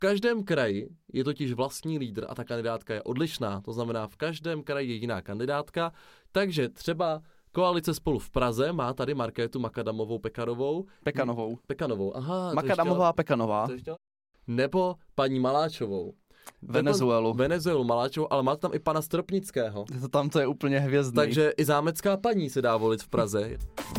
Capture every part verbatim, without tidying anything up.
každém kraji je totiž vlastní lídr a ta kandidátka je odlišná. To znamená, v každém kraji je jiná kandidátka, takže třeba koalice Spolu v Praze má tady Markétu Makadamovou Pekarovou. Pekanovou. Pekanovou, aha. Makadamová Pekanová. Nebo paní Maláčovou. Venezuelu. Venezuelu Maláčovou, ale má tam i pana Stropnického. To tam to je úplně hvězdný. Takže i zámecká paní se dá volit v Praze.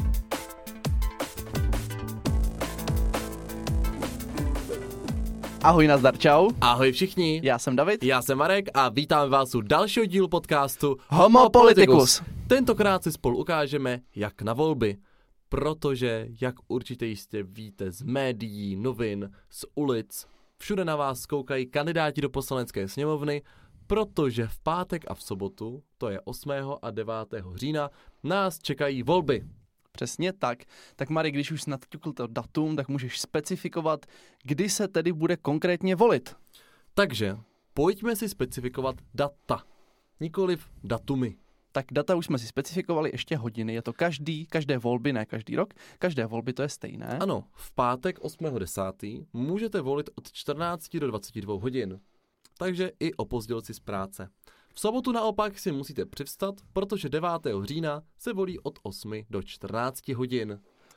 Ahoj, nazdar, čau. Ahoj všichni. Já jsem David. Já jsem Marek a vítáme vás u dalšího dílu podcastu Homo Politicus. Tentokrát si spolu ukážeme, jak na volby. Protože, jak určitě jistě víte z médií, novin, z ulic, všude na vás koukají kandidáti do poslanecké sněmovny, protože v pátek a v sobotu, to je osmého a devátého října, nás čekají volby. Přesně tak. Tak Mari, když už jsi nadťukl to datum, tak můžeš specifikovat, kdy se tedy bude konkrétně volit. Takže pojďme si specifikovat data, nikoliv datumy. Tak data už jsme si specifikovali, ještě hodiny. Je to každý, každé volby, ne každý rok. Každé volby, to je stejné. Ano, v pátek osmého desátého můžete volit od čtrnácti do dvaceti dvou hodin. Takže i opozdělci z práce. V sobotu naopak si musíte přivstat, protože devátého října se volí od osmi do čtrnácti hodin.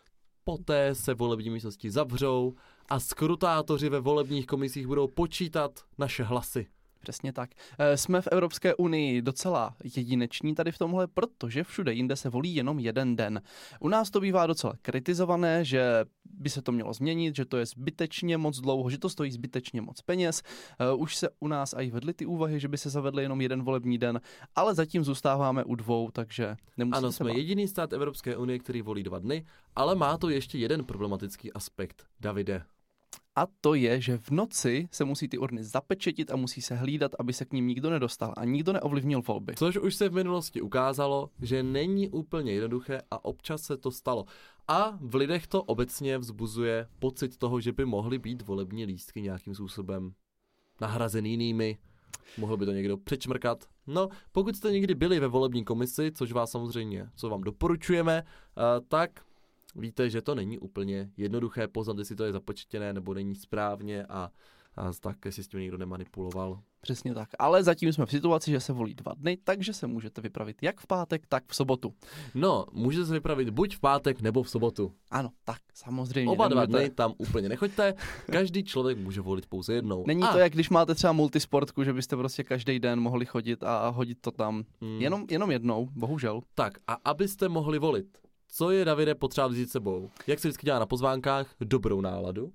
Poté se volební místnosti zavřou a skrutátoři ve volebních komisích budou počítat naše hlasy. Přesně tak. Jsme v Evropské unii docela jedineční tady v tomhle, protože všude jinde se volí jenom jeden den. U nás to bývá docela kritizované, že by se to mělo změnit, že to je zbytečně moc dlouho, že to stojí zbytečně moc peněz. Už se u nás i vedly ty úvahy, že by se zavedl jenom jeden volební den, ale zatím zůstáváme u dvou, takže nemusíme Ano, se jsme bát. jediný stát Evropské unie, který volí dva dny, ale má to ještě jeden problematický aspekt. Davide. A to je, že v noci se musí ty urny zapečetit a musí se hlídat, aby se k ním nikdo nedostal a nikdo neovlivnil volby. Což už se v minulosti ukázalo, že není úplně jednoduché a občas se to stalo. A v lidech to obecně vzbuzuje pocit toho, že by mohly být volební lístky nějakým způsobem nahrazeny jinými. Mohl by to někdo přečmrkat. No, pokud jste někdy byli ve volební komisi, což vás samozřejmě, co vám doporučujeme, tak víte, že to není úplně jednoduché poznat, jestli to je započtěné nebo není správně a, a tak, jestli s tím někdo nemanipuloval. Přesně tak. Ale zatím jsme v situaci, že se volí dva dny, takže se můžete vypravit jak v pátek, tak v sobotu. No, můžete se vypravit buď v pátek nebo v sobotu. Ano, tak samozřejmě. Oba dva nemůžete... dny tam úplně nechoďte, každý člověk může volit pouze jednou. Není a. to, jak když máte třeba multisportku, že byste prostě každý den mohli chodit a hodit to tam. Hmm. Jenom, jenom jednou, bohužel. Tak a abyste mohli volit, co je, Davide, potřeba vzít sebou? Jak se vždycky dělá na pozvánkách? Dobrou náladu.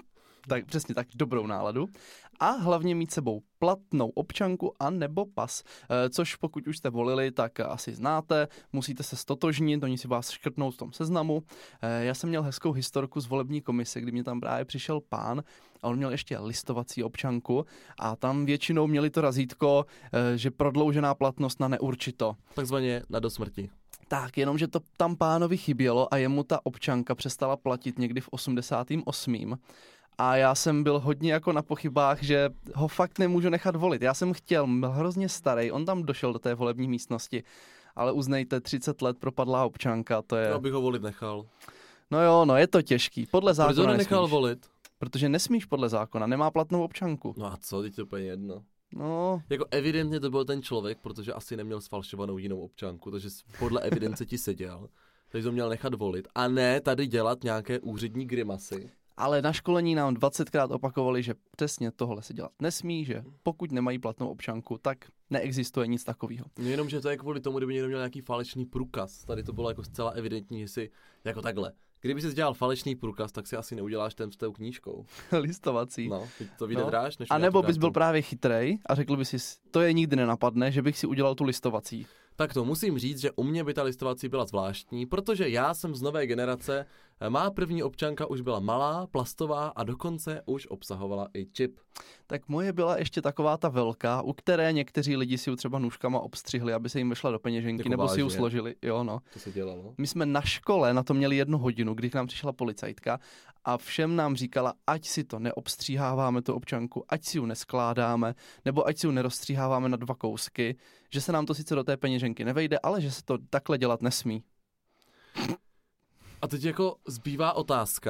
Tak přesně tak, dobrou náladu. A hlavně mít sebou platnou občanku a nebo pas, e, což pokud už jste volili, tak asi znáte, musíte se stotožnit, oni si vás škrtnou v tom seznamu. E, já jsem měl hezkou historku z volební komise, kdy mě tam právě přišel pán a on měl ještě listovací občanku a tam většinou měli to razítko, e, že prodloužená platnost na neurčito. Takzvaně na dosmrti. Tak, jenomže to tam pánovi chybělo a jemu ta občanka přestala platit někdy v osmdesátém osmém A já jsem byl hodně jako na pochybách, že ho fakt nemůžu nechat volit. Já jsem chtěl, byl hrozně starý, on tam došel do té volební místnosti, ale uznejte, třicet let propadlá občanka, to je... Já bych ho volit nechal. No jo, no je to těžký, podle zákona Proč ho nenechal nesmíš. volit? Protože nesmíš podle zákona, nemá platnou občanku. No a co, teď to je úplně jedno. No, Jako evidentně to byl ten člověk, protože asi neměl sfalšovanou jinou občanku, takže podle evidence ti seděl. Takže to měl nechat volit. A ne tady dělat nějaké úřední grimasy. ale na školení nám dvacetkrát opakovali, že přesně tohle se dělat nesmí, že pokud nemají platnou občanku, tak neexistuje nic takového. No jenom, že to je kvůli tomu, kdyby někdo měl nějaký falešný průkaz. Tady to bylo jako zcela evidentní, že si jako takhle. Kdyby jsi dělal falešný průkaz, tak si asi neuděláš ten s tou knížkou. Listovací. No, teď to vyjde No. dráž, než A udělat nebo tu bys byl kartu. právě chytrej a řekl bys si, to je nikdy nenapadne, že bych si udělal tu listovací. Tak to musím říct, že u mě by ta listovací byla zvláštní, protože já jsem z nové generace, má první občanka už byla malá, plastová a dokonce už obsahovala i čip. Tak moje byla ještě taková ta velká, u které někteří lidi si ji třeba nůžkama obstřihli, aby se jim vešla do peněženky, Jako nebo si ji vážně? složili. Jo, no. To se dělalo. My jsme na škole na to měli jednu hodinu, kdy k nám přišla policajtka a všem nám říkala, ať si to neobstříháváme, tu občanku, ať si ji neskládáme, nebo ať si ji nerozstříháváme na dva kousky, že se nám to sice do té peněženky nevejde, ale že se to takhle dělat nesmí. A teď jako zbývá otázka,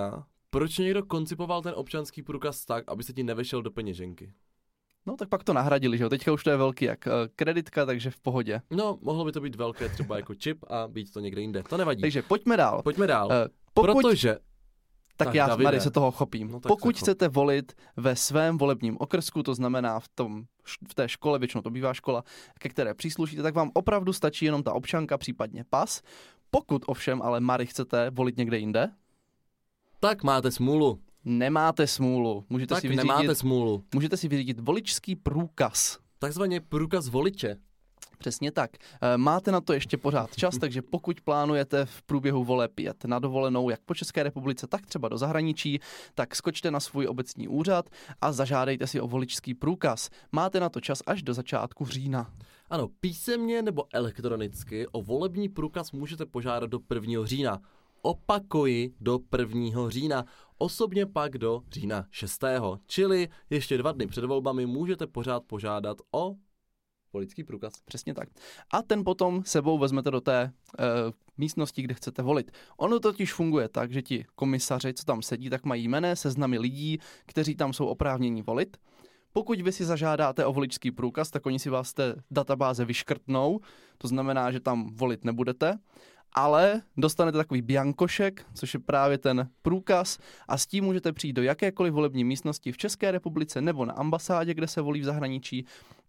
Proč někdo koncipoval ten občanský průkaz tak, aby se ti nevešel do peněženky? No tak pak to nahradili, že jo? Teďka už to je velký jak uh, kreditka, takže v pohodě. No, mohlo by to být velké třeba jako čip a být to někde jinde. To nevadí. Takže pojďme dál. Pojďme dál. Uh, pokud... Protože... Tak, tak já Davide. Mary se toho chopím. No, pokud chcete volit ve svém volebním okrsku, to znamená v, tom, v té škole, většinou to bývá škola, ke které příslušíte, tak vám opravdu stačí jenom ta občanka, případně pas. Pokud ovšem ale Mary chcete volit někde jinde, tak máte smůlu. Nemáte smůlu. Můžete tak si vyřídit, nemáte smůlu. Můžete si vyřídit voličský průkaz. Takzvaně průkaz voliče. Přesně tak. Máte na to ještě pořád čas, takže pokud plánujete v průběhu voleb jet na dovolenou jak po České republice, tak třeba do zahraničí, tak skočte na svůj obecní úřad a zažádejte si o voličský průkaz. Máte na to čas až do začátku října. Ano, písemně nebo elektronicky o volební průkaz můžete požádat do prvního října. Opakuji, do prvního října. Osobně pak do října šestého. Čili ještě dva dny před volbami můžete pořád požádat o voličský průkaz. Přesně tak. A ten potom sebou vezmete do té e, místnosti, kde chcete volit. Ono totiž funguje tak, že ti komisaři, co tam sedí, tak mají jmenné seznamy lidí, kteří tam jsou oprávnění volit. Pokud vy si zažádáte o voličský průkaz, tak oni si vás z té databáze vyškrtnou, to znamená, že tam volit nebudete, ale dostanete takový biankošek, což je právě ten průkaz a s tím můžete přijít do jakékoliv volební místnosti v České republice nebo na ambasádě, kde se volí v zahraničí.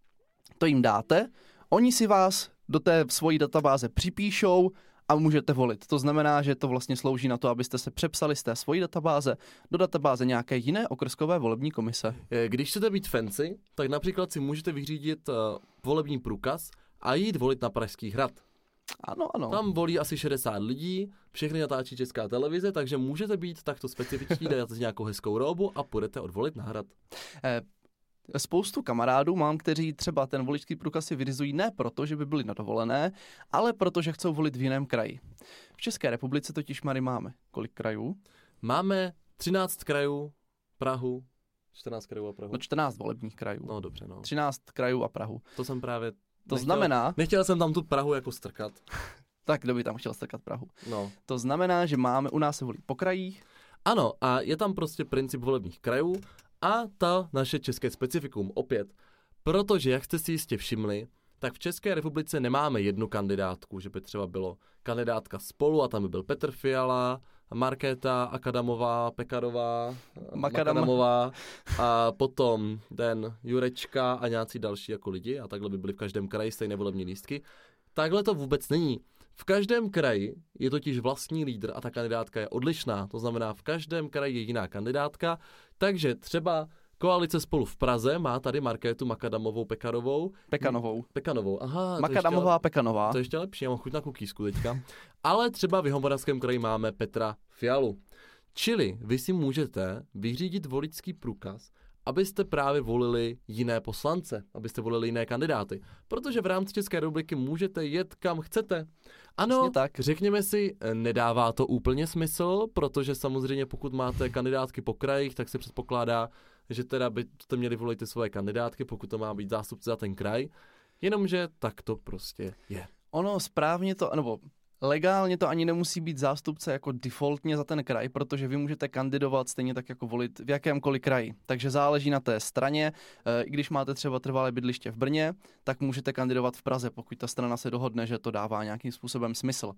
To jim dáte, oni si vás do té svojí databáze připíšou a můžete volit. To znamená, že to vlastně slouží na to, abyste se přepsali z té svojí databáze do databáze nějaké jiné okrskové volební komise. Když chcete být fancy, tak například si můžete vyřídit uh, volební průkaz a jít volit na Pražský hrad. Ano, ano. Tam volí asi šedesát lidí, všechny natáčí Česká televize, takže můžete být takto specifičtí, dáte si nějakou hezkou robu a půjdete odvolit na hrad. Eh, Spoustu kamarádů mám, kteří třeba ten voličský průkaz si vyřizují ne proto, že by byli na dovolené, ale proto, že chcou volit v jiném kraji. V České republice totiž, Mary, máme kolik krajů? Máme třináct krajů, Prahu, čtrnáct krajů a Prahu. No čtrnáct volebních krajů. No dobře, no. třináct krajů a Prahu. To jsem právě... To nechtěl, znamená... Nechtěl jsem tam tu Prahu jako strkat. Tak kdo by tam chtěl strkat Prahu? No. To znamená, že máme, u nás se volí po krajích. Ano, a je tam prostě princip volebních krajů a ta naše české specifikum opět. Protože, jak jste si jistě všimli, tak v České republice nemáme jednu kandidátku, že by třeba bylo kandidátka Spolu a tam by byl Petr Fiala, Markéta Akadamová, Pekarová, Makadamová a potom ten Jurečka a nějací další jako lidi a takhle by byli v každém kraji stejné volební lístky. Takhle to vůbec není. V každém kraji je totiž vlastní lídr a ta kandidátka je odlišná, to znamená v každém kraji je jiná kandidátka, takže třeba koalice Spolu v Praze má tady Markétu Makadamovou Pekarovou. Pekanovou. Pekanovou, aha. Makadamová a Pekanová. To je ještě lepší, já mám chuť na kukísku teďka. Ale třeba v Jihomoravském kraji máme Petra Fialu. Čili vy si můžete vyřídit voličský průkaz, abyste právě volili jiné poslance, abyste volili jiné kandidáty. Protože v rámci České republiky můžete jet kam chcete. Ano, tak. Řekněme si, nedává to úplně smysl, protože samozřejmě pokud máte kandidátky po krajích, tak se předpokládá, že teda byste měli volit ty svoje kandidátky, pokud to má být zástupce za ten kraj. Jenomže tak to prostě je. Ono správně to, nebo legálně to ani nemusí být zástupce jako defaultně za ten kraj, protože vy můžete kandidovat stejně tak jako volit v jakémkoliv kraji. Takže záleží na té straně. I když máte třeba trvalé bydliště v Brně, tak můžete kandidovat v Praze, pokud ta strana se dohodne, že to dává nějakým způsobem smysl.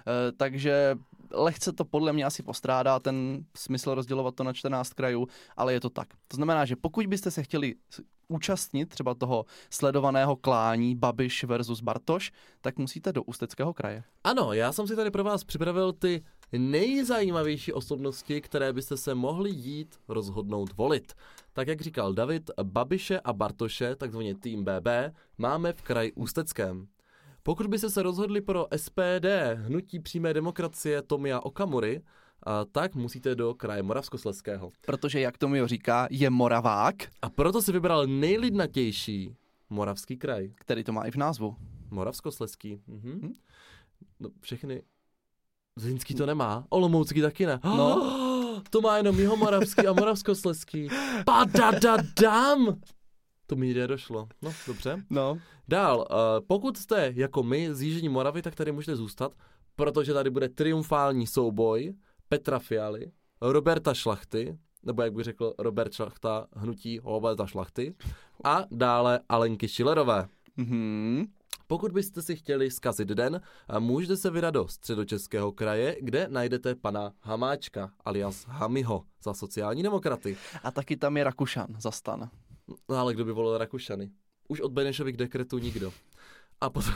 Takže lehce to podle mě asi postrádá ten smysl rozdělovat to na čtrnáct krajů, ale je to tak. To znamená, že pokud byste se chtěli účastnit třeba toho sledovaného klání Babiš versus Bartoš, tak musíte do Ústeckého kraje. Ano, já jsem si tady pro vás připravil ty nejzajímavější osobnosti, které byste se mohli jít rozhodnout volit. Tak jak říkal David, Babiše a Bartoše, takzvaně tým bé bé, máme v kraji Ústeckém. Pokud byste se rozhodli pro es pé dé, hnutí přímé demokracie Tomia Okamury, a tak musíte do kraje Moravskoslezského. Protože, jak Tomio říká, je Moravák. A proto si vybral nejlidnatější Moravský kraj. Který to má i v názvu. Moravskoslezský. Mhm. Hm? No, všechny. Zlínský to nemá. Olomoucký taky ne. No. Oh, to má jenom Jihomoravský a Moravskoslezský. Padadadam! To mi jde došlo. No, dobře. No. Dál, uh, pokud jste jako my z Jižní Moravy, tak tady můžete zůstat, protože tady bude triumfální souboj Petra Fialy Roberta Šlachty, nebo jak bych řekl, Robert Šlachta, hnutí Roberta Šlachty, a dále Alenky Schillerové. Mm-hmm. Pokud byste si chtěli zkazit den, můžete se vydat do Středočeského kraje, kde najdete pana Hamáčka, alias Hamiho, za sociální demokraty. A taky tam je Rakušan za STAN. No ale kdo by volil Rakušany? Už od Benešových dekretů nikdo. A potom...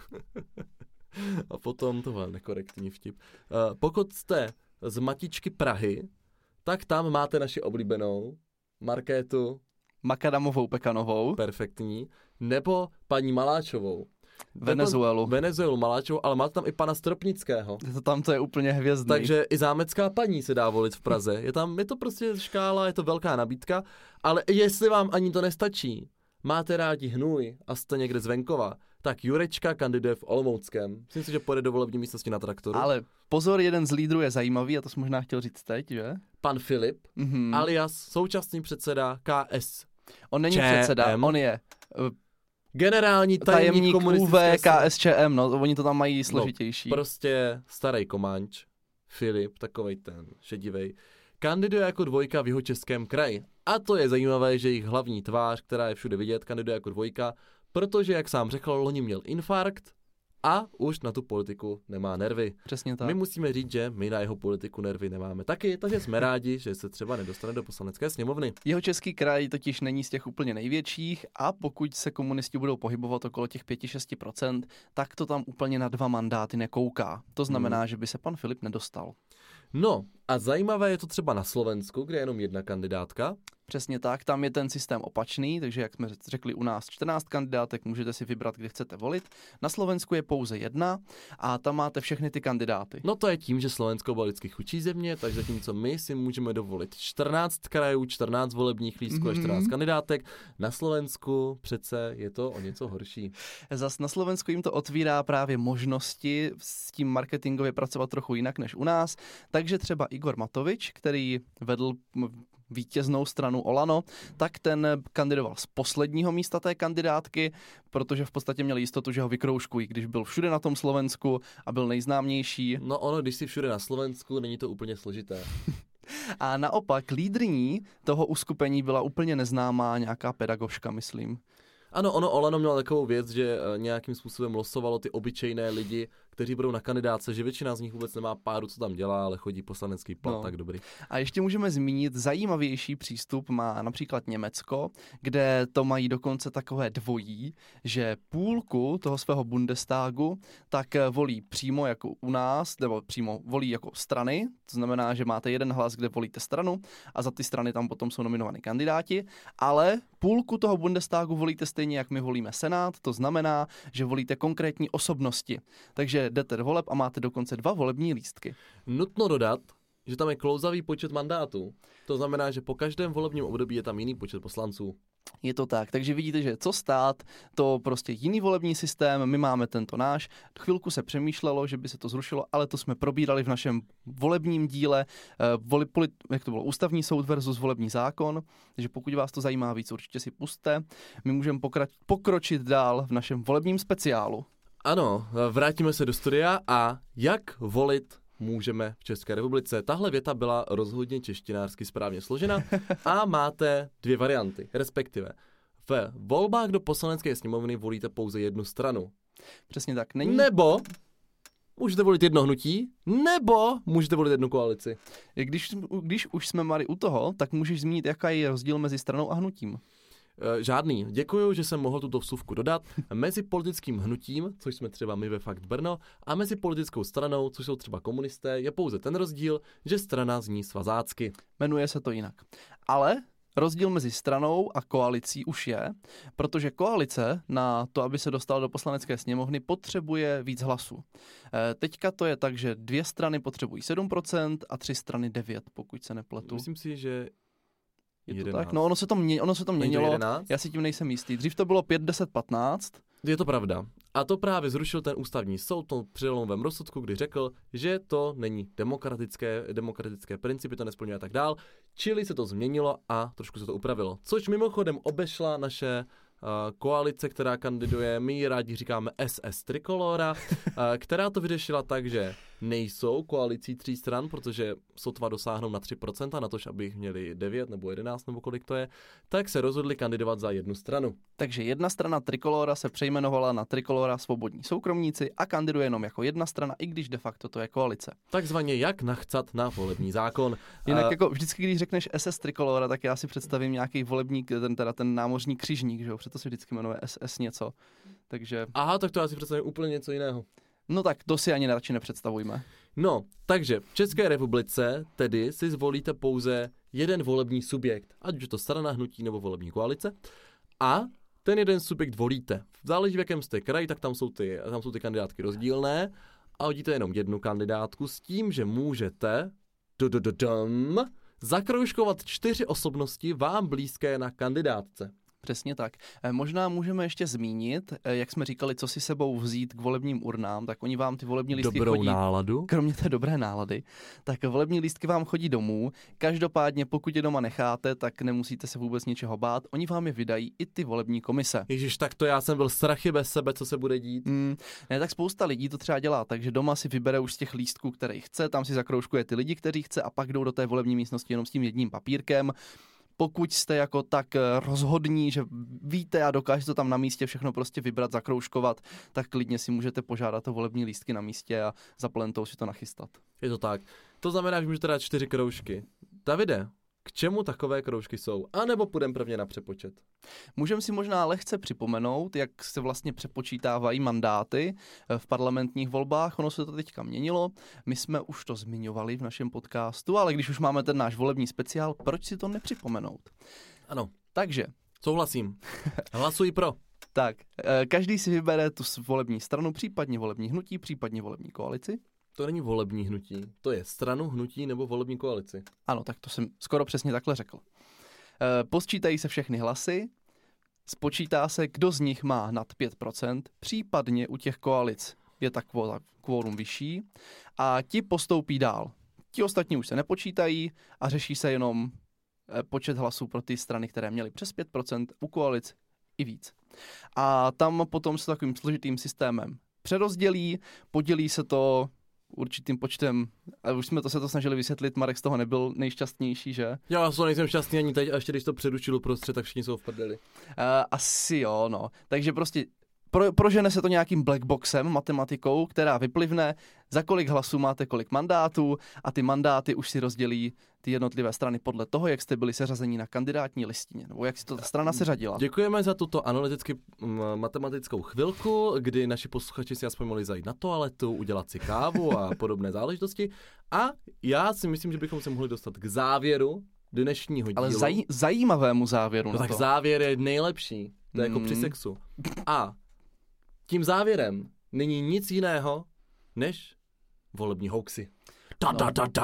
A potom, tohle nekorektní vtip. Uh, pokud jste z Matičky Prahy, tak tam máte naši oblíbenou Markétu Makadamovou Pekanovou. Perfektní. Nebo paní Maláčovou. Venezuelu. Venezuelu Maláčovou, ale máte tam i pana Stropnického. To tam to je úplně hvězdný. Takže i zámecká paní se dá volit v Praze. Je tam, je to prostě škála, je to velká nabídka, ale jestli vám ani to nestačí, máte rádi hnůj a jste někde z venkova, tak Jurečka kandiduje v Olomouckém. Myslím si, že pojede do volební místnosti na traktoru. Ale pozor, jeden z lídrů je zajímavý, a to jsem možná chtěl říct teď, že? Pan Filip, mm-hmm. alias současný předseda K S. On není předseda, on je uh, generální tajemník, tajemník U komunistické V K S Č M, no, oni to tam mají složitější. No, prostě starý komanč, Filip, takovej ten šedivej, kandiduje jako dvojka v Jihočeském kraji. A to je zajímavé, že jejich hlavní tvář, která je všude vidět, kandiduje jako dvojka, protože, jak sám řekl, loni měl infarkt a už na tu politiku nemá nervy. Přesně tak. My musíme říct, že my na jeho politiku nervy nemáme taky, takže jsme rádi, že se třeba nedostane do Poslanecké sněmovny. Jihočeský kraj totiž není z těch úplně největších a pokud se komunisti budou pohybovat okolo těch pět až šest procent, tak to tam úplně na dva mandáty nekouká. To znamená, hmm. že by se pan Filip nedostal. No a zajímavé je to třeba na Slovensku, kde je jenom jedna kandidátka. Přesně tak, tam je ten systém opačný, takže jak jsme řekli u nás čtrnáct kandidátek, můžete si vybrat, kde chcete volit. Na Slovensku je pouze jedna a tam máte všechny ty kandidáty. No to je tím, že Slovensko byla vždycky chudší země, takže zatímco my si můžeme dovolit čtrnáct krajů, čtrnáct volebních lístků mm-hmm. a čtrnáct kandidátek, na Slovensku přece je to o něco horší. Zas na Slovensku jim to otvírá právě možnosti s tím marketingově pracovat trochu jinak než u nás, takže třeba Igor Matovič, který vedl vítěznou stranu Olano, tak ten kandidoval z posledního místa té kandidátky, protože v podstatě měl jistotu, že ho vykroužkují, když byl všude na tom Slovensku a byl nejznámější. No ono, když jsi všude na Slovensku, není to úplně složité. A naopak lídryní toho uskupení byla úplně neznámá nějaká pedagožka, myslím. Ano, ono Olano mělo takovou věc, že nějakým způsobem losovalo ty obyčejné lidi, kteří budou na kandidáce, že většina z nich vůbec nemá páru, co tam dělá, ale chodí poslanecký plat, no. Tak dobrý. A ještě můžeme zmínit, zajímavější přístup má například Německo, kde to mají dokonce takové dvojí, že půlku toho svého Bundestagu tak volí přímo jako u nás, nebo přímo volí jako strany, to znamená, že máte jeden hlas, kde volíte stranu a za ty strany tam potom jsou nominovaní kandidáti, ale půlku toho Bundestagu volíte stejně, jak my volíme Senát, to znamená, že volíte konkrétní osobnosti. Takže jdete do voleb a máte dokonce dva volební lístky. Nutno dodat, že tam je klouzavý počet mandátů. To znamená, že po každém volebním období je tam jiný počet poslanců. Je to tak, takže vidíte, že co stát, to prostě jiný volební systém, my máme tento náš. Chvilku se přemýšlelo, že by se to zrušilo, ale to jsme probírali v našem volebním díle, voli, polit, jak to bylo, ústavní soud versus volební zákon, takže pokud vás to zajímá víc, určitě si pusťte. My můžeme pokrač, pokročit dál v našem volebním speciálu. Ano, vrátíme se do studia a jak volit můžeme v České republice. Tahle věta byla rozhodně češtinářsky správně složena a máte dvě varianty, respektive ve volbách do Poslanecké sněmovny volíte pouze jednu stranu. Přesně tak. Není... Nebo můžete volit jedno hnutí, nebo můžete volit jednu koalici. Když, když už jsme mali u toho, tak můžeš zmínit, jaká je rozdíl mezi stranou a hnutím. Žádný. Děkuju, že jsem mohl tuto vsuvku dodat. Mezi politickým hnutím, což jsme třeba my ve Fakt Brno, a mezi politickou stranou, což jsou třeba komunisté, je pouze ten rozdíl, že strana zní svazácky. Jmenuje se to jinak. Ale rozdíl mezi stranou a koalicí už je, protože koalice na to, aby se dostala do Poslanecké sněmovny, potřebuje víc hlasů. E, teďka to je tak, že dvě strany potřebují sedm procent a tři strany devět procent, pokud se nepletu. Myslím si, že je to tak? No ono se to, mě, ono se to měnilo, to já si tím nejsem jistý. Dřív to bylo pět, deset, patnáct. Je to pravda. A to právě zrušil ten ústavní soud to přelomovém rozsudku, kdy řekl, že to není demokratické, demokratické principy, to nesplňuje a tak dál. Čili se to změnilo a trošku se to upravilo. Což mimochodem obešla naše uh, koalice, která kandiduje, my ji rádi říkáme S S Trikolora, uh, která to vyřešila tak, že nejsou koalicí tří stran, protože sotva dosáhnou na tři procenta, na tož, aby jich měli devět nebo jedenáct nebo kolik to je, tak se rozhodli kandidovat za jednu stranu. Takže jedna strana Trikolora se přejmenovala na Trikolora Svobodní soukromníci a kandiduje jenom jako jedna strana, i když de facto to je koalice. Takzvaně jak nachcat na volební zákon. Jinak A... jako vždycky, když řekneš S S Trikolora, tak já si představím nějaký volebník, ten, teda ten námořní křižník, že jo, proto se vždycky jmenuje S S něco. Takže... Aha, tak to já si představím úplně něco jiného. No tak to si ani radši nepředstavujme. No, takže v České republice tedy si zvolíte pouze jeden volební subjekt, ať už je to strana, hnutí nebo volební koalice, a ten jeden subjekt volíte. Záleží, v jakém jste kraji, tak tam jsou ty, tam jsou ty kandidátky rozdílné a hodíte jenom jednu kandidátku s tím, že můžete dodododom, zakroužkovat čtyři osobnosti vám blízké na kandidátce. Přesně tak. Možná můžeme ještě zmínit, jak jsme říkali, co si sebou vzít k volebním urnám, tak oni vám ty volební lístky Dobrou chodí... náladu. Kromě té dobré nálady, tak volební lístky vám chodí domů. Každopádně, pokud je doma necháte, tak nemusíte se vůbec ničeho bát. Oni vám je vydají i ty volební komise. Ježíš, tak to já jsem byl strachy bez sebe, co se bude dít. Mm, ne, tak spousta lidí to třeba dělá, takže doma si vybere už z těch lístků, které chce, tam si zakroužkuje ty lidi, kteří chce a pak jdou do té volební místnosti jenom s tím jedním papírkem. Pokud jste jako tak rozhodní, že víte a dokážete to tam na místě všechno prostě vybrat, zakroužkovat, tak klidně si můžete požádat o volební lístky na místě a za plentou si to nachystat. Je to tak. To znamená, že můžete dát čtyři kroužky. Davide, k čemu takové kroužky jsou? A nebo půjdeme prvně na přepočet? Můžeme si možná lehce připomenout, jak se vlastně přepočítávají mandáty v parlamentních volbách. Ono se to teďka měnilo. My jsme už to zmiňovali v našem podcastu, ale když už máme ten náš volební speciál, proč si to nepřipomenout? Ano. Takže. Souhlasím. Hlasuji pro. Tak, každý si vybere tu volební stranu, případně volební hnutí, případně volební koalici. To není volební hnutí, to je stranu, hnutí nebo volební koalici. Ano, tak to jsem skoro přesně takhle řekl. E, posčítají se všechny hlasy, spočítá se, kdo z nich má nad pět procent, případně u těch koalic je ta kvórum vyšší a ti postoupí dál. Ti ostatní už se nepočítají a řeší se jenom počet hlasů pro ty strany, které měly přes pět procent, u koalic i víc. A tam potom se takovým složitým systémem přerozdělí, podělí se to určitým počtem, a už jsme to se to snažili vysvětlit, Marek z toho nebyl nejšťastnější, že? Já z toho nejsem šťastný ani teď, a ještě když to předučil uprostřed, tak všichni jsou v prdeli. Uh, asi jo, no. Takže prostě pro, prožene se to nějakým blackboxem, matematikou, která vyplivne, za kolik hlasů máte kolik mandátů a ty mandáty už si rozdělí ty jednotlivé strany podle toho, jak jste byli seřazení na kandidátní listině, nebo jak si to ta strana seřadila. Děkujeme za tuto analyticky matematickou chvilku, kdy naši posluchači si aspoň mohli zajít na toaletu, udělat si kávu a podobné záležitosti. A já si myslím, že bychom se mohli dostat k závěru dnešního dílu. Ale zaj- zajímavému závěru no na tak to. závěr je nejlepší. To je mm. jako při sexu. A tím závěrem není nic jiného, než volební hoaxy. Da, da, da,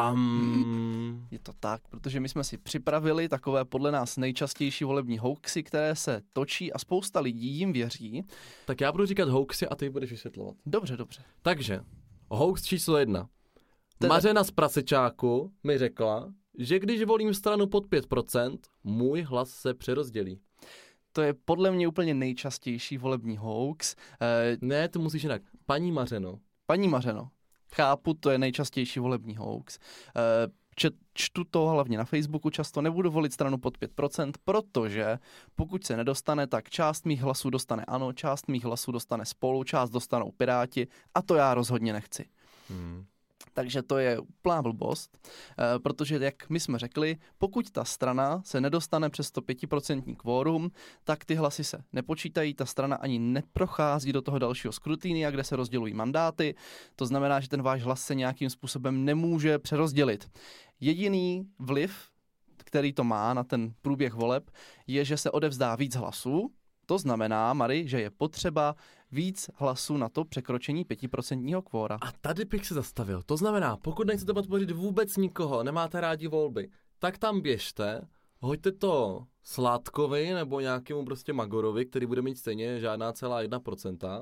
dam. Je to tak, protože my jsme si připravili takové podle nás nejčastější volební hoaxy, které se točí a spousta lidí jim věří. Tak já budu říkat hoaxy a ty budeš vysvětlovat. Dobře, dobře. Takže, hoax číslo jedna. Teda... Mařena z Prasečáku mi řekla, že když volím stranu pod pět procent, můj hlas se přerozdělí. To je podle mě úplně nejčastější volební hoax. Eh, ne, to musíš jinak. Paní Mařeno. Paní Mařeno, chápu, to je nejčastější volební hoax. Eh, čet, čtu to hlavně na Facebooku, často nebudu volit stranu pod pět procent, protože pokud se nedostane, tak část mých hlasů dostane ANO, část mých hlasů dostane Spolu, část dostanou Piráti a to já rozhodně nechci. Hmm. Takže to je úplná blbost, protože jak my jsme řekli, pokud ta strana se nedostane přes to pět procent kvórum, tak ty hlasy se nepočítají, ta strana ani neprochází do toho dalšího skrutínia, kde se rozdělují mandáty, to znamená, že ten váš hlas se nějakým způsobem nemůže přerozdělit. Jediný vliv, který to má na ten průběh voleb, je, že se odevzdá víc hlasů. To znamená, Mary, že je potřeba víc hlasů na to překročení pětiprocentního kvóra. A tady bych se zastavil. To znamená, pokud nechcete podpořit vůbec nikoho, nemáte rádi volby, tak tam běžte, hoďte to Sládkovi nebo nějakému prostě Magorovi, který bude mít stejně žádná celá jedna procenta,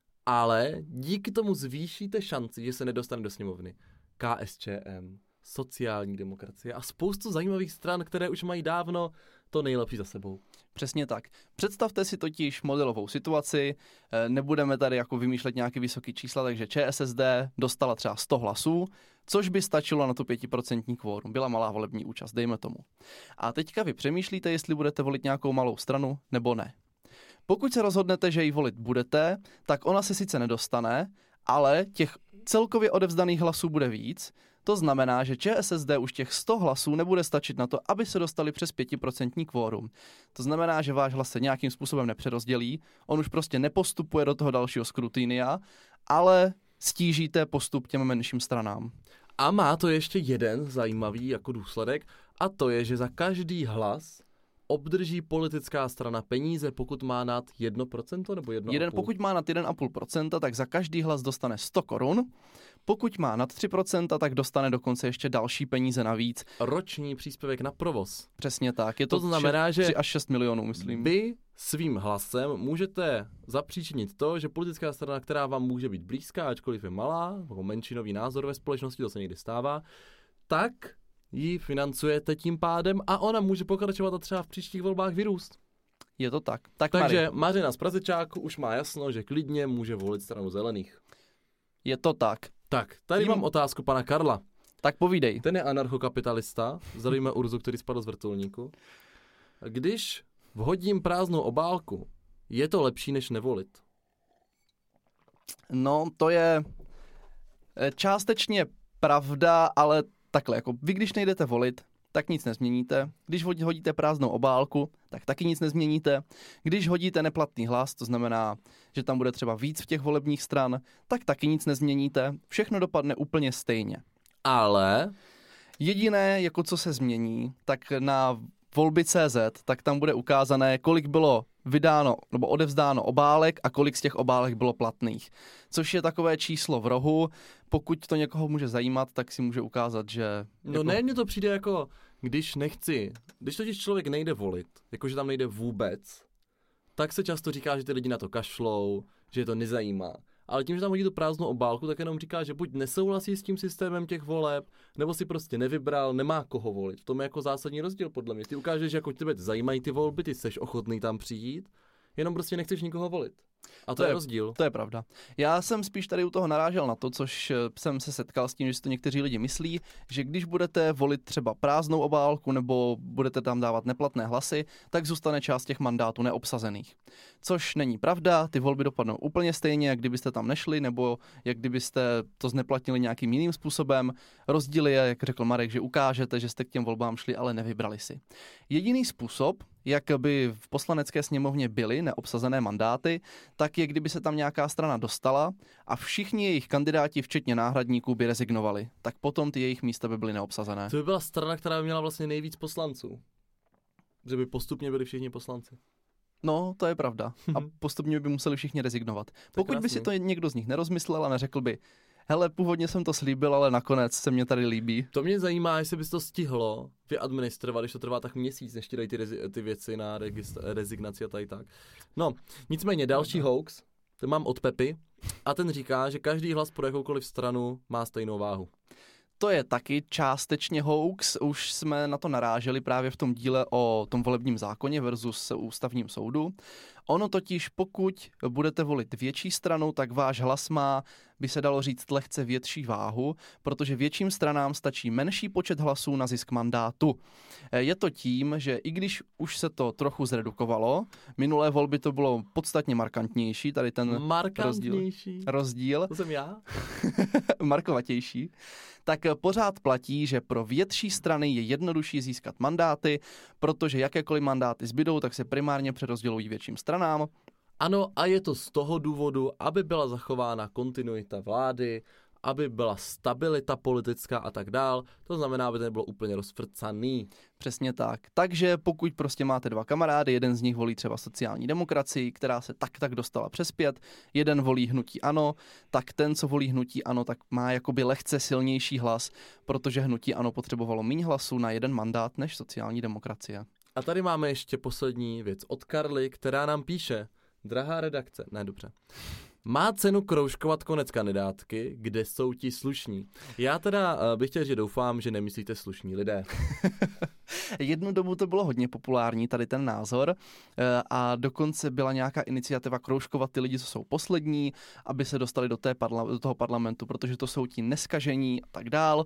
ale díky tomu zvýšíte šanci, že se nedostane do sněmovny. K S Č M, sociální demokracie a spoustu zajímavých stran, které už mají dávno to nejlepší za sebou. Přesně tak. Představte si totiž modelovou situaci, nebudeme tady jako vymýšlet nějaké vysoké čísla, takže ČSSD dostala třeba sto hlasů, což by stačilo na to pětiprocentní kvórum. Byla malá volební účast, dejme tomu. A teďka vy přemýšlíte, jestli budete volit nějakou malou stranu nebo ne. Pokud se rozhodnete, že ji volit budete, tak ona se sice nedostane, ale těch celkově odevzdaných hlasů bude víc. To znamená, že ČSSD už těch sto hlasů nebude stačit na to, aby se dostali přes pětiprocentní kvórum. To znamená, že váš hlas se nějakým způsobem nepřerozdělí, on už prostě nepostupuje do toho dalšího skrutinia, ale stížíte postup těm menším stranám. A má to ještě jeden zajímavý jako důsledek, a to je, že za každý hlas obdrží politická strana peníze, pokud má nad jedno procento nebo jedno celá pět procenta? Jeden, pokud má nad jedna celá pět procenta, tak za každý hlas dostane sto korun. Pokud má nad tři procenta, tak dostane dokonce ještě další peníze navíc. Roční příspěvek na provoz. Přesně tak. Je to, to znamená, tři, že tři až šest milionů, myslím. Vy svým hlasem můžete zapříčinit to, že politická strana, která vám může být blízká, ačkoliv je malá, jako menšinový názor ve společnosti, to se někdy stává, tak ji financujete tím pádem a ona může pokračovat a třeba v příštích volbách vyrůst. Je to tak. tak Takže Mary. Mařena z Prazečáku už má jasno, že klidně může volit stranu zelených. Je to tak. Tak, tady tím... mám otázku pana Karla. Tak povídej. Ten je anarchokapitalista, zdravíme Urzu, který spadl z vrtulníku. Když vhodím prázdnou obálku, je to lepší, než nevolit? No, to je částečně pravda, ale takhle, jako vy, když nejdete volit, tak nic nezměníte. Když hodíte prázdnou obálku, tak taky nic nezměníte. Když hodíte neplatný hlas, to znamená, že tam bude třeba víc v těch volebních stran, tak taky nic nezměníte. Všechno dopadne úplně stejně. Ale jediné, jako co se změní, tak na volby tečka cé zet, tak tam bude ukázané, kolik bylo vydáno nebo odevzdáno obálek a kolik z těch obálek bylo platných. Což je takové číslo v rohu. Pokud to někoho může zajímat, tak si může ukázat, že... No jako... ne, mně to přijde jako, když nechci, když totiž člověk nejde volit, jakože tam nejde vůbec, tak se často říká, že ty lidi na to kašlou, že je to nezajímá. Ale tím, že tam hodí tu prázdnou obálku, tak jenom říká, že buď nesouhlasí s tím systémem těch voleb, nebo si prostě nevybral, nemá koho volit. V tom je jako zásadní rozdíl podle mě. Ty ukážeš, že jako tebe zajímají ty volby, ty jsi ochotný tam přijít, jenom prostě nechceš nikoho volit. A to, to je, je rozdíl. To je pravda. Já jsem spíš tady u toho narážel na to, což jsem se setkal s tím, že si to někteří lidi myslí, že když budete volit třeba prázdnou obálku nebo budete tam dávat neplatné hlasy, tak zůstane část těch mandátů neobsazených. Což není pravda, ty volby dopadnou úplně stejně, jak kdybyste tam nešli, nebo jak kdybyste to zneplatnili nějakým jiným způsobem. Rozdíl je, jak řekl Marek, že ukážete, že jste k těm volbám šli, ale nevybrali si. Jediný způsob, jak by v poslanecké sněmovně byly neobsazené mandáty, tak je, kdyby se tam nějaká strana dostala a všichni jejich kandidáti, včetně náhradníků, by rezignovali. Tak potom ty jejich místa by byly neobsazené. To by byla strana, která by měla vlastně nejvíc poslanců. Že by postupně byli všichni poslanci. No, to je pravda. A postupně by museli všichni rezignovat. Pokud by si to někdo z nich nerozmyslel a neřekl by, hele, původně jsem to slíbil, ale nakonec se mě tady líbí. To mě zajímá, jestli bys to stihlo vyadministrovat, když to trvá tak měsíc, než ti dají ty, rezi- ty věci na registr- rezignaci a tady tak. No, nicméně další hoax, ten mám od Pepy a ten říká, že každý hlas pro jakoukoliv stranu má stejnou váhu. To je taky částečně hoax, už jsme na to naráželi právě v tom díle o tom volebním zákoně versus ústavním soudu. Ono totiž, pokud budete volit větší stranu, tak váš hlas má, by se dalo říct, lehce větší váhu, protože větším stranám stačí menší počet hlasů na zisk mandátu. Je to tím, že i když už se to trochu zredukovalo, minulé volby to bylo podstatně markantnější, tady ten markantnější. rozdíl. rozdíl. To jsem já. Markovatější. Tak pořád platí, že pro větší strany je jednodušší získat mandáty, protože jakékoliv mandáty zbydou, tak se primárně přerozdělují větším stranám. Ano, a je to z toho důvodu, aby byla zachována kontinuita vlády, aby byla stabilita politická a tak dál. To znamená, aby to nebylo úplně rozfrcaný. Přesně tak. Takže pokud prostě máte dva kamarády, jeden z nich volí třeba sociální demokracii, která se tak tak dostala přes pět, jeden volí hnutí ANO, tak ten, co volí hnutí ANO, tak má jakoby lehce silnější hlas, protože hnutí ANO potřebovalo méně hlasů na jeden mandát než sociální demokracie. A tady máme ještě poslední věc od Karly, která nám píše: drahá redakce, ne dobře. Má cenu kroužkovat konec kandidátky, kde jsou ti slušní. Já teda uh, bych chtěl, že doufám, že nemyslíte slušní lidé. Jednu dobu to bylo hodně populární, tady ten názor, a dokonce byla nějaká iniciativa kroužkovat ty lidi, co jsou poslední, aby se dostali do, té parla- do toho parlamentu, protože to jsou ti neskažení a tak dál.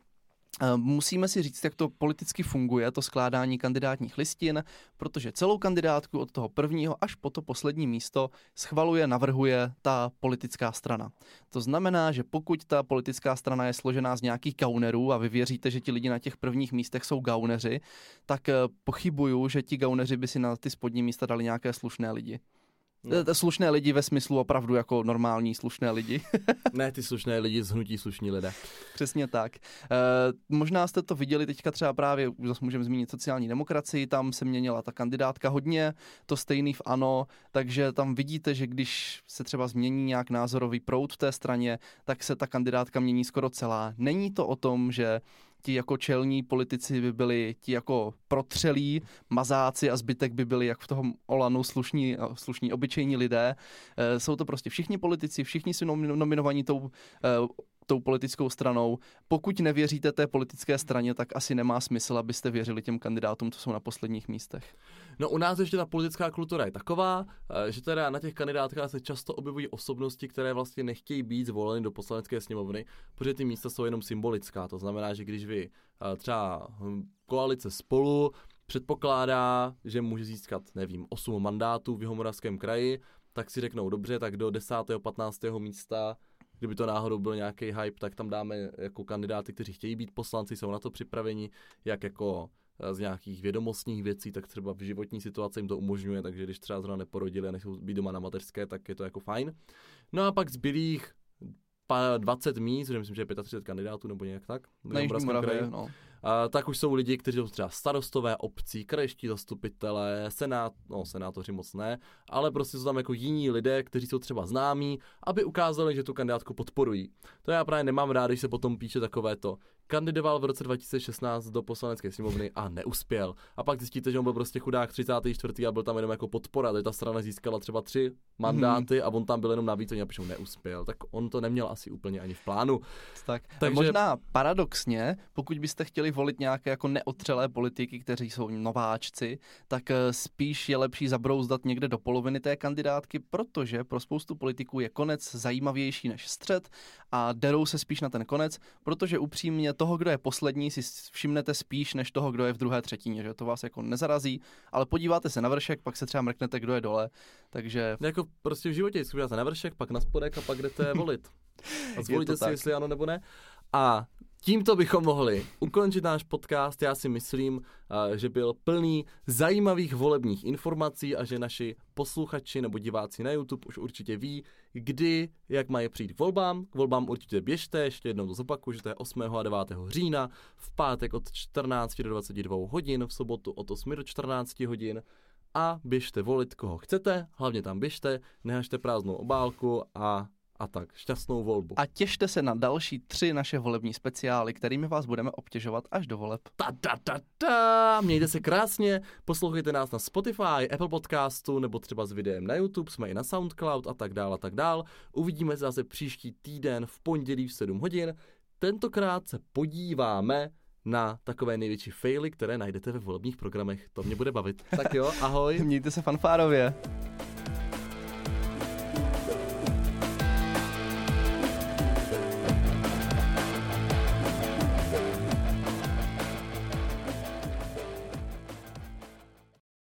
Musíme si říct, jak to politicky funguje, to skládání kandidátních listin, protože celou kandidátku od toho prvního až po to poslední místo schvaluje, navrhuje ta politická strana. To znamená, že pokud ta politická strana je složená z nějakých gaunerů a vy věříte, že ti lidi na těch prvních místech jsou gauneři, tak pochybuju, že ti gauneři by si na ty spodní místa dali nějaké slušné lidi. No. Slušné lidi ve smyslu opravdu jako normální slušné lidi. Ne, ty slušné lidi z hnutí slušní lidé. Přesně tak. E, možná jste to viděli teďka třeba právě, zase můžeme zmínit sociální demokracii, tam se měnila ta kandidátka hodně, to stejný v ANO, takže tam vidíte, že když se třeba změní nějak názorový proud v té straně, tak se ta kandidátka mění skoro celá. Není to o tom, že ti jako čelní politici by byli ti jako protřelí mazáci a zbytek by byli jak v tom Olanu slušní, slušní obyčejní lidé. E, jsou to prostě všichni politici, všichni jsou nominovaní tou, e, tou politickou stranou. Pokud nevěříte té politické straně, tak asi nemá smysl, abyste věřili těm kandidátům, co jsou na posledních místech. No u nás ještě ta politická kultura je taková, že teda na těch kandidátkách se často objevují osobnosti, které vlastně nechtějí být zvoleny do poslanecké sněmovny, protože ty místa jsou jenom symbolická. To znamená, že když vy třeba koalice Spolu předpokládá, že může získat, nevím, osm mandátů v Jihomoravském kraji, tak si řeknou dobře, tak do desátého patnáctého místa, kdyby to náhodou byl nějaký hype, tak tam dáme jako kandidáty, kteří chtějí být poslanci, jsou na to připraveni, jak jako z nějakých vědomostních věcí, tak třeba v životní situaci jim to umožňuje, takže když třeba zrovna neporodili a nechcou být doma na mateřské, tak je to jako fajn. No a pak zbylých dvacet míst, že myslím, že je třicet pět kandidátů nebo nějak tak. Na Jižní Moravě, no. A, tak už jsou lidi, kteří jsou třeba starostové obcí, krajští zastupitelé, senát, no senátoři moc ne, ale prostě jsou tam jako jiní lidé, kteří jsou třeba známí, aby ukázali, že tu kandidátku podporují. To já právě nemám rád, když se potom píše takovéto. Kandidoval v roce dva tisíce šestnáct do poslanecké sněmovny a neuspěl. A pak zjistíte, že on byl prostě chudák třicátý čtvrtý a byl tam jenom jako podpora, takže ta strana získala třeba tři mandáty hmm. a on tam byl jenom navíc, oni napíšou neuspěl. Tak on to neměl asi úplně ani v plánu. Tak, takže možná paradoxně, pokud byste chtěli volit nějaké jako neotřelé politiky, kteří jsou nováčci, tak spíš je lepší zabrouzdat někde do poloviny té kandidátky, protože pro spoustu politiků je konec zajímavější než střed a derou se spíš na ten konec, protože upřímně toho, kdo je poslední, si všimnete spíš než toho, kdo je v druhé třetině, že to vás jako nezarazí, ale podíváte se na vršek, pak se třeba mrknete, kdo je dole, takže... Jako prostě v životě, když na vršek, pak na spodek a pak jdete volit. A zvolíte si, tak. Jestli ano nebo ne. A tímto bychom mohli ukončit náš podcast. Já si myslím, že byl plný zajímavých volebních informací a že naši posluchači nebo diváci na YouTube už určitě ví, kdy, jak mají přijít k volbám. K volbám určitě běžte, ještě jednou to zopakuju, že to je osmého a devátého října, v pátek od čtrnácti do dvaceti dvou hodin, v sobotu od osmi do čtrnácti hodin. A běžte volit, koho chcete, hlavně tam běžte, nehažte prázdnou obálku a A tak, šťastnou volbu. A těšte se na další tři naše volební speciály, kterými vás budeme obtěžovat až do voleb. Ta, ta, ta, ta. Mějte se krásně, poslouchejte nás na Spotify, Apple Podcastu, nebo třeba s videem na YouTube, jsme i na SoundCloud a tak dál a tak dál. Uvidíme se zase příští týden v pondělí v sedm hodin. Tentokrát se podíváme na takové největší faily, které najdete ve volebních programech. To mě bude bavit. Tak jo, ahoj. Mějte se fanfárově.